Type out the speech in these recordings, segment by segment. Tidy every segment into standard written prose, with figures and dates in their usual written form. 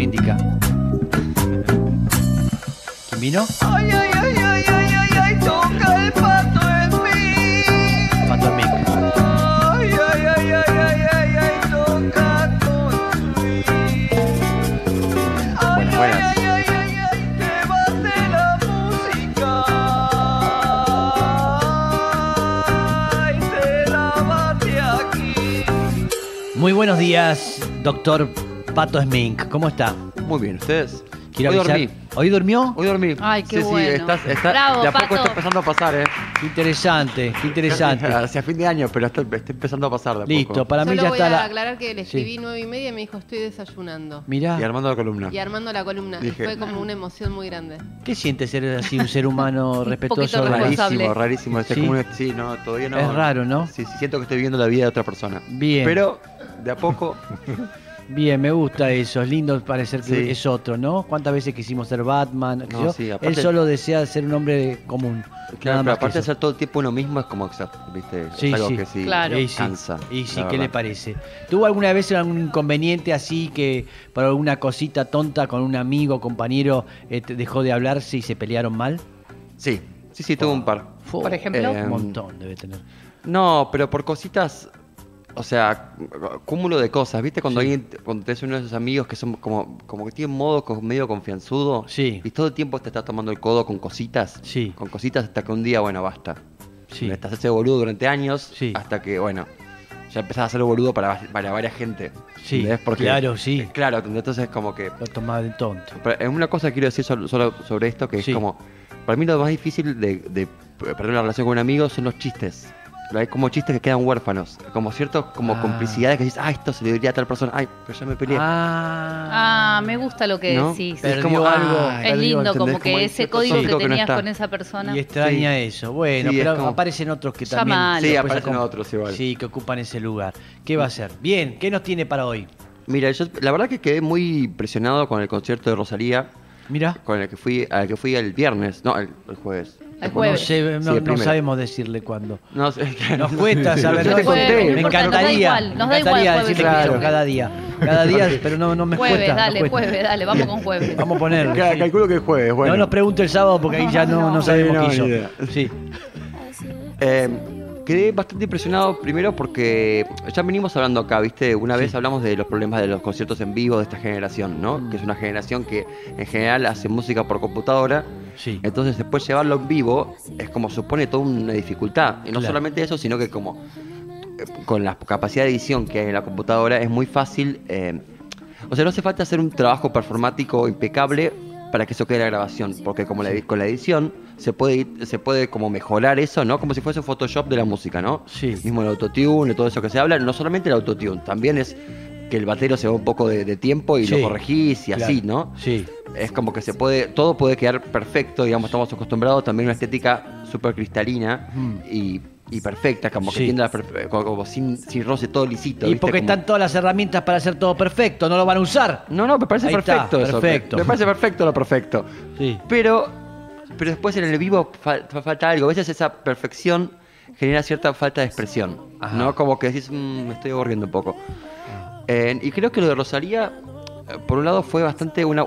crítica. ¿Quién vino? Ay, ay, ay, ay, ay, ay, ay, toca el pato en mí. Pato en mí. Ay, ay, ay, ay, ay, ay, ay, toca con Luis. Ay, Buenas, ay, buenas. ay, ay, ay, ay, te bate la música. Ay, te la bate aquí. Muy buenos días, doctor Pato Smink. ¿Cómo está? Muy bien, ¿ustedes? Quiero Hoy avisar- dormí. ¿Hoy durmió? Hoy dormí. Ay, qué sí, bueno. Sí, está, Bravo, de a poco Pato. está empezando a pasar, Qué interesante, qué interesante. Hacia fin de año, pero está empezando a pasar de a Listo, poco. para mí Solo ya voy está a la... aclarar que le Sí. escribí 9:30 y me dijo estoy desayunando. Mirá, Y armando la columna. Y armando la columna. Y Dije- fue como una emoción muy grande. ¿qué siente ser así un ser humano respetuoso? poquito de la- responsable. Rarísimo. Sí. Sí, no, todavía no. Es raro, ¿no? Sí, siento que estoy viviendo la vida de otra persona. Bien. Pero, de a poco, Bien, me gusta eso, es lindo parecer que Sí. es otro, ¿no? ¿Cuántas veces quisimos ser Batman? No, Yo, sí, él aparte- solo desea ser un hombre común. claro, nada pero más que aparte de eso. ser todo el tiempo uno mismo es como, ¿viste? Sí, es algo sí. que sí, Claro. Y sí, cansa. y sí, la ¿qué le verdad. parece? ¿Tuvo alguna vez algún inconveniente así que por alguna cosita tonta con un amigo, compañero, dejó de hablarse y se pelearon mal? Sí, tuve un par. Por ejemplo. Un montón debe tener. No, pero por cositas, o sea, cúmulo de cosas, ¿viste? Cuando cuando tenés uno de esos amigos que son como que tienen modo medio confianzudo, Sí. y todo el tiempo te está tomando el codo con cositas, Sí. con cositas hasta que un día, bueno, basta. Sí. Estás ese boludo durante años, Sí. hasta que, bueno, ya empezás a hacer boludo para varias gente. Sí, ¿entendés? Porque, claro, sí. Claro, entonces es como que... Lo tomaba de tonto. Pero, una cosa que quiero decir solo sobre esto, que Sí. es como, para mí lo más difícil de perder una relación con un amigo son los chistes. Hay como chistes que quedan huérfanos, como ciertos como complicidades que dices, esto se le diría a tal persona, ay, pero ya me peleé. Ah, me gusta lo que ¿No? decís. Perdió como, algo. ay, Es perdió, lindo, ¿entendés? como que hay ese ciertos código que tópicos no tenías está. con esa persona. Y extraña Sí. eso. Bueno, Sí, es pero como- aparecen otros que Llámalo. también... Sí, después aparecen acom- otros igual. Sí, que ocupan ese lugar. ¿Qué va a hacer? Bien, ¿qué nos tiene para hoy? Mira, yo la verdad que quedé muy impresionado con el concierto de Rosalía, Mira, con el que fui, al que fui el viernes, no, el jueves. El no, jueves. sé, Sí, no, el primero. sabemos decirle cuándo. No sé, Nos cuesta saber, Yo ¿no? te conté. Jueves, no Me importa, nos da encantaría, igual, nos me da igual encantaría jueves decirle y que yo viernes. cada día, pero no me Jueves, cuesta. dale, nos cuesta. jueves, dale, vamos con jueves. Vamos a ponerle. Ca- sí. calculo que el jueves, bueno. No nos pregunte el sábado porque ahí ya no sabemos no, qué ni hizo. idea. Sí. Quedé bastante impresionado primero porque ya venimos hablando acá, ¿viste? Una vez hablamos de los problemas de los conciertos en vivo de esta generación, ¿no? Que es una generación que en general hace música por computadora. Sí. Entonces después llevarlo en vivo es como supone toda una dificultad. Y no Claro. solamente eso, sino que como con la capacidad de edición que hay en la computadora es muy fácil. O sea, no hace falta hacer un trabajo performático impecable para que eso quede en la grabación. Porque como con la edición se puede como mejorar eso, ¿no? Como si fuese un Photoshop de la música, ¿no? Sí. Mismo el autotune y todo eso que se habla. No solamente el autotune, también es que el batero se va un poco de tiempo y Sí. lo corregís y así, Claro. ¿no? Sí. Es como que todo puede quedar perfecto, digamos, estamos acostumbrados también a una estética súper cristalina y perfecta, como que Sí. tiende como sin roce, todo lisito. Y ¿viste? porque Como- están todas las herramientas para hacer todo perfecto, no lo van a usar. No, me parece Ahí está, perfecto eso. perfecto. Me parece perfecto lo perfecto. Sí. Pero después en el vivo falta algo. A veces esa perfección genera cierta falta de expresión, Ajá. ¿no? Como que decís, me estoy aburriendo un poco. Y creo que lo de Rosalía, por un lado, fue bastante una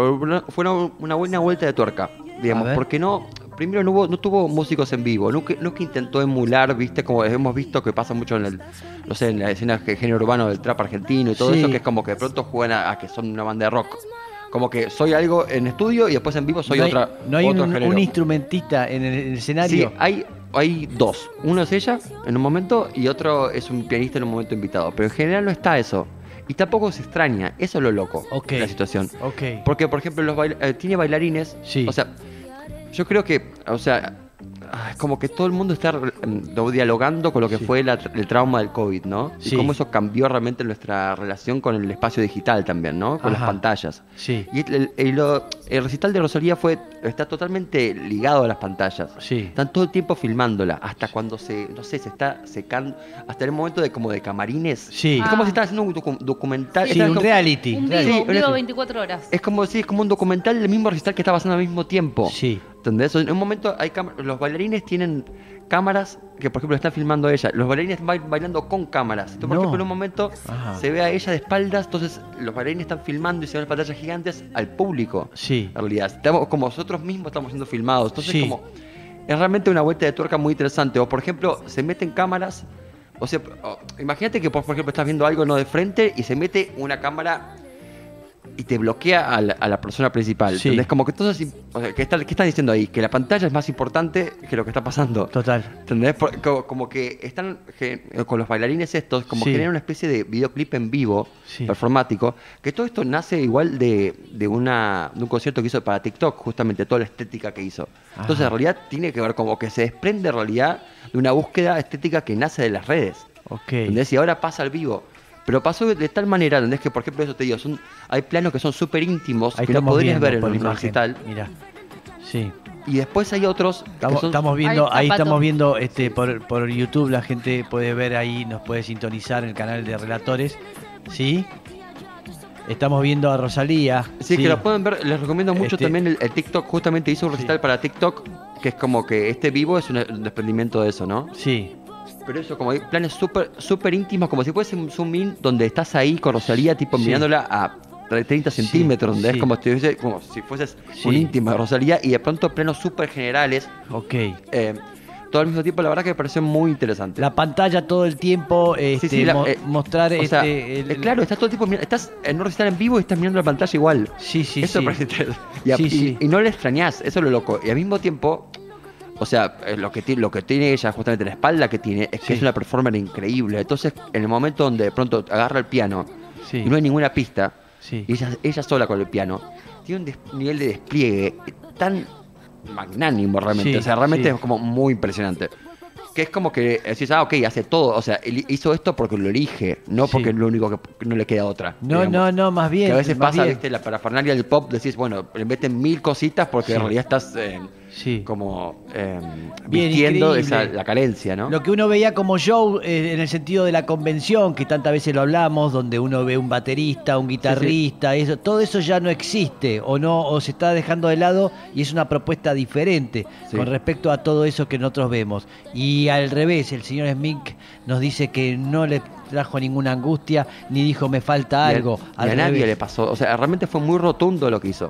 buena vuelta de tuerca, A digamos, ver. porque primero no tuvo músicos en vivo, nunca intentó emular, viste, como hemos visto que pasa mucho en en la escena de género urbano del trap argentino y todo Sí. eso, que es como que de pronto juegan a que son una banda de rock. Como que soy algo en estudio y después en vivo soy No hay otro un género. instrumentista en el Sí, escenario. hay dos. Uno es ella en un momento y otro es un pianista en un momento invitado. Pero en general no está eso. Y tampoco se extraña. Eso es lo loco Ok. de la situación. Ok. Porque, por ejemplo, tiene bailarines. Sí. O sea, yo creo que, o sea, es como que todo el mundo está dialogando con lo que Sí. fue el trauma del COVID, ¿no? Sí. Y cómo eso cambió realmente nuestra relación con el espacio digital también, ¿no? Con las Ajá. pantallas. Sí. Y el recital de Rosalía está totalmente ligado a las pantallas. Sí. Están todo el tiempo filmándola, hasta cuando se está secando, hasta el momento de como de camarines. Sí. Es como Ah. si estás haciendo un documental. Sí, Está un como- reality. Un Sí, vivo, una- 24 horas. Es como un documental del mismo recital que está pasando al mismo tiempo. Sí. ¿Entendés? En un momento los bailarines tienen cámaras que, por ejemplo, están filmando a ella. Los bailarines van bailando con cámaras. Entonces, por No. ejemplo, en un momento Ajá. se ve a ella de espaldas, entonces los bailarines están filmando y se ven en pantallas gigantes al público. Sí. En realidad, estamos, como nosotros mismos estamos siendo filmados. Entonces, Sí. como es realmente una vuelta de tuerca muy interesante. O, por ejemplo, se meten cámaras. O sea, imagínate que, por ejemplo, estás viendo algo no de frente y se mete una cámara y te bloquea a la persona principal. Sí. ¿Entendés? Como que entonces, o sea, ¿qué están diciendo ahí? Que la pantalla es más importante que lo que está pasando. Total. ¿Entendés? Como que están con los bailarines estos, como Sí. generan una especie de videoclip en vivo, Sí. performático, que todo esto nace igual de un concierto que hizo para TikTok, justamente toda la estética que hizo. Entonces, Ajá. en realidad, tiene que ver como que se desprende en realidad de una búsqueda estética que nace de las redes. Ok. ¿Entendés? Y ahora pasa al vivo. Pero pasó de tal manera, ¿entendés? Que, por ejemplo, eso te digo, hay planos que son súper íntimos, Ahí que no estamos podrías viendo ver en por un imagen. recital. Mirá. Sí. Y después hay otros que Estamos, son... estamos viendo, Ahí ahí está, Pato. estamos viendo por YouTube, la gente puede ver ahí, nos puede sintonizar en el canal de Relatores. ¿Sí? Estamos viendo a Rosalía. Sí, que lo pueden ver, les recomiendo mucho Este- también el TikTok, justamente hizo un recital para TikTok, que es como que este vivo es un desprendimiento de eso, ¿no? Sí. Pero eso, como hay planes súper íntimos, como si fuese un zoom in donde estás ahí con Rosalía, tipo Sí. mirándola a 30 centímetros, donde sí. es como si fueses Sí. un íntimo de Rosalía, y de pronto planos súper generales, Ok. todo al mismo tiempo. La verdad que me pareció muy interesante. La pantalla todo el tiempo, mostrar o sea, claro, estás todo el tiempo estás en un recital en vivo y estás mirando la pantalla igual. Sí, sí, Eso sí. me parece interesante. Sí, sí. Y no le extrañás, eso es lo loco. Y al mismo tiempo, o sea, lo que tiene ella, justamente la espalda que tiene, es que Sí. es una performer increíble. Entonces, en el momento donde de pronto agarra el piano Sí. y no hay ninguna pista, Sí. y ella sola con el piano, tiene un nivel de despliegue tan magnánimo realmente. Sí, O sea, realmente sí. es como muy impresionante. Que es como que decís, ok, hace todo. O sea, él hizo esto porque lo elige, no Sí. porque es lo único que no le queda otra. No, digamos. no, más bien. Que a veces más pasa, bien. viste, la parafernalia del pop, decís, bueno, le meten 1000 cositas porque Sí. en realidad estás Sí. como Bien, vistiendo increíble. la carencia, ¿no? Lo que uno veía como show en el sentido de la convención, que tantas veces lo hablamos, donde uno ve un baterista, un guitarrista, eso, todo eso ya no existe o se está dejando de lado y es una propuesta diferente Sí. con respecto a todo eso que nosotros vemos. Y al revés, el señor Smink nos dice que no le trajo ninguna angustia ni dijo me falta Y algo. y a nadie le pasó. O sea, realmente fue muy rotundo lo que hizo.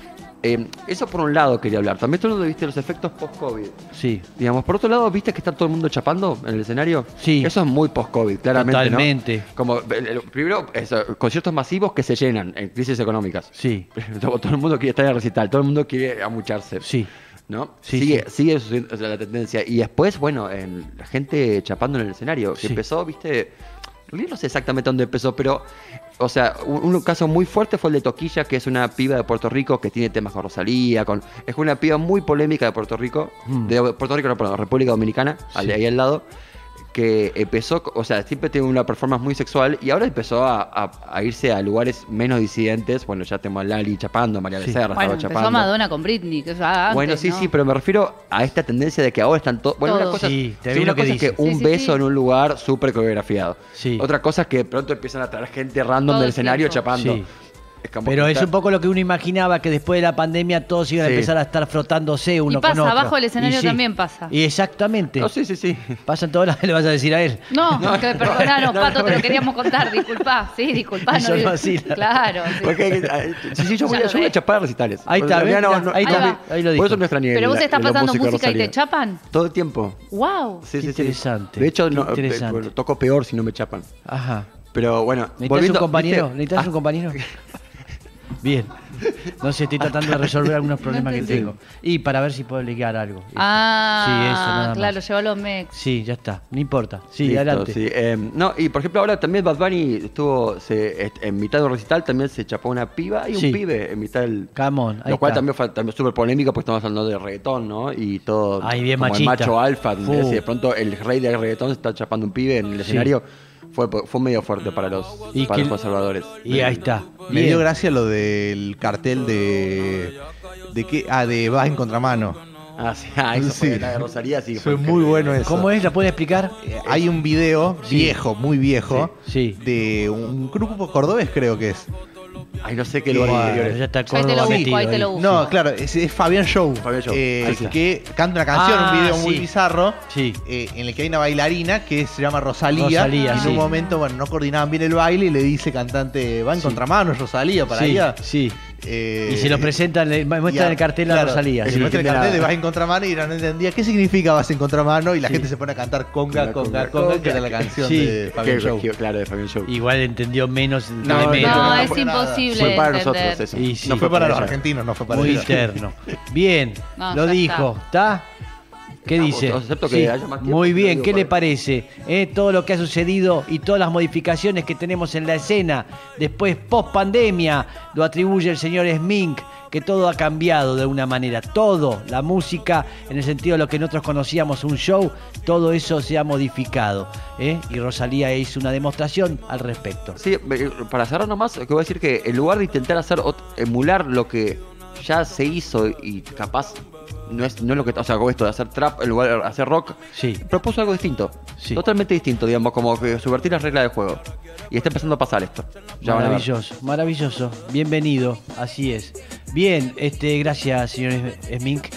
Eso por un lado quería hablar. También tú viste los efectos post-COVID. Sí, Digamos, por otro lado, ¿viste que está todo el mundo chapando en el escenario? Sí. Eso es muy post-COVID, claramente, Totalmente. ¿no? Como, primero, conciertos masivos que se llenan en crisis económicas. sí, Todo el mundo quiere estar en recital, todo el mundo quiere amucharse. sí. ¿No? Sí, sigue o sea, la tendencia. Y después, bueno, la gente chapando en el escenario, que Sí. empezó, ¿viste? No sé exactamente dónde empezó, pero, o sea, un caso muy fuerte fue el de Toquilla, que es una piba de Puerto Rico que tiene temas con Rosalía, es una piba muy polémica de Puerto Rico, de Puerto Rico, no, perdón, República Dominicana, Sí. ahí al lado, que empezó, o sea, siempre tiene una performance muy sexual y ahora empezó a irse a lugares menos disidentes. Bueno, ya tenemos a Lali chapando, María Sí. Becerra Bueno, estaba empezó chapando. Madonna con Britney, que eso antes, Bueno, sí, ¿no? sí, pero me refiero a esta tendencia de que ahora están todos... Bueno, una Todos. cosa, Sí, te sí, vi una lo que cosa es que dice. un Sí, sí, beso sí. en un lugar súper coreografiado. Sí. Otra cosa es que de pronto empiezan a traer gente random Todo del el escenario tiempo. chapando. Sí. Es como Pero que es está- un poco lo que uno imaginaba, que después de la pandemia todos iban a Sí. empezar a estar frotándose uno Y pasa, con otro. abajo del escenario Y sí. también pasa. Y exactamente. No, sí, sí, sí. Pasan todas las le vas a decir a él. No, que perdonanos, no, Pato, no, te lo no. queríamos contar, disculpá. Sí, disculpá. Eso no así. Claro, sí. Porque, sí, yo voy Ya lo a ves. chapar a recitales. Ahí está, En realidad ¿ves? Ahí está, ahí lo dijo. Por eso me extrañé. Pero vos estás la pasando música de música y te Rosalía. chapan. Todo el tiempo. ¡Wow! Sí, Qué sí, sí. interesante, De hecho, qué no, interesante. bueno, toco peor si no me chapan. Ajá. Pero bueno, ¿Necesitas volviendo, un compañero? ¿viste? ¿Necesitas un compañero? Bien. No sé, estoy tratando de resolver algunos problemas que entendí. tengo. Y para ver si puedo ligar algo. Ah, Sí, eso, nada más. claro, llévalo a Mex. Sí, ya está. No importa. Sí, Listo, adelante. sí. No, y por ejemplo, ahora también Bad Bunny en mitad de un recital también se chapó una piba y un Sí. pibe en mitad del. Come on, ahí Lo cual está. también fue súper polémico, pues estamos hablando de reggaetón, ¿no? Y todo. Ay, bien como machista. el macho alfa, ¿entendés? Fu. Y de pronto el rey del reggaetón se está chapando un pibe en el Sí. escenario. Fue medio fuerte para los Y que- conservadores. Y ahí está. Me Bien. dio gracia lo del cartel de qué? De Va en contramano. Ah, sí, eso fue Sí. la de Rosalía, sí. Fue muy bueno eso. ¿Cómo es? ¿La pueden explicar? Hay un video Sí. viejo, muy viejo, Sí. de un grupo cordobés, creo que es. Ay, no sé qué lugar Bueno, interior es. ya está Ahí te lo Córdoba busco, metido ahí te ahí. lo busco. No, claro, es Fabián Show. Fabián Show, ahí está. Que canta una canción, Ah, un video muy sí. bizarro, Sí. en el que hay una bailarina que se llama Rosalía. Rosalía, y en sí. un momento, bueno, no coordinaban bien el baile y le dice cantante, va en Sí. contramano Rosalía para Sí, allá. sí. Eh, Y se lo presentan, muestran el cartel a claro, Rosalía. Se sí. muestra el que cartel de nada. vas en contramano y no entendía qué significa vas en contramano y la Sí. gente se pone a cantar conga, Conga, conga, conga, que era la canción Sí. de Fabián Show. Claro, de Fabián Show. Igual entendió menos. No, tremendo. No, no es fue nada. imposible Fue para entender. nosotros eso. Y sí. No fue para los ella. argentinos, no fue para Muy ellos. interno. Bien, No, lo ya dijo. ¿Está? ¿Qué Estamos, dice? acepto que haya más tiempo, Muy pero bien, digo, ¿qué le para- parece? Todo lo que ha sucedido y todas las modificaciones que tenemos en la escena después post pandemia lo atribuye el señor Smink, que todo ha cambiado de alguna manera. Todo, la música, en el sentido de lo que nosotros conocíamos un show, todo eso se ha modificado. Y Rosalía hizo una demostración al respecto. Sí, para cerrar nomás, que voy a decir que en lugar de intentar emular lo que ya se hizo y capaz no es lo que, o sea, con esto de hacer trap en lugar de hacer rock, Sí. propuso algo distinto, Sí. totalmente distinto, digamos, como que subvertir las reglas del juego. Y está empezando a pasar esto. Ya van a ver. Maravilloso, maravilloso. Bienvenido, así es. Bien, gracias, señor Smink.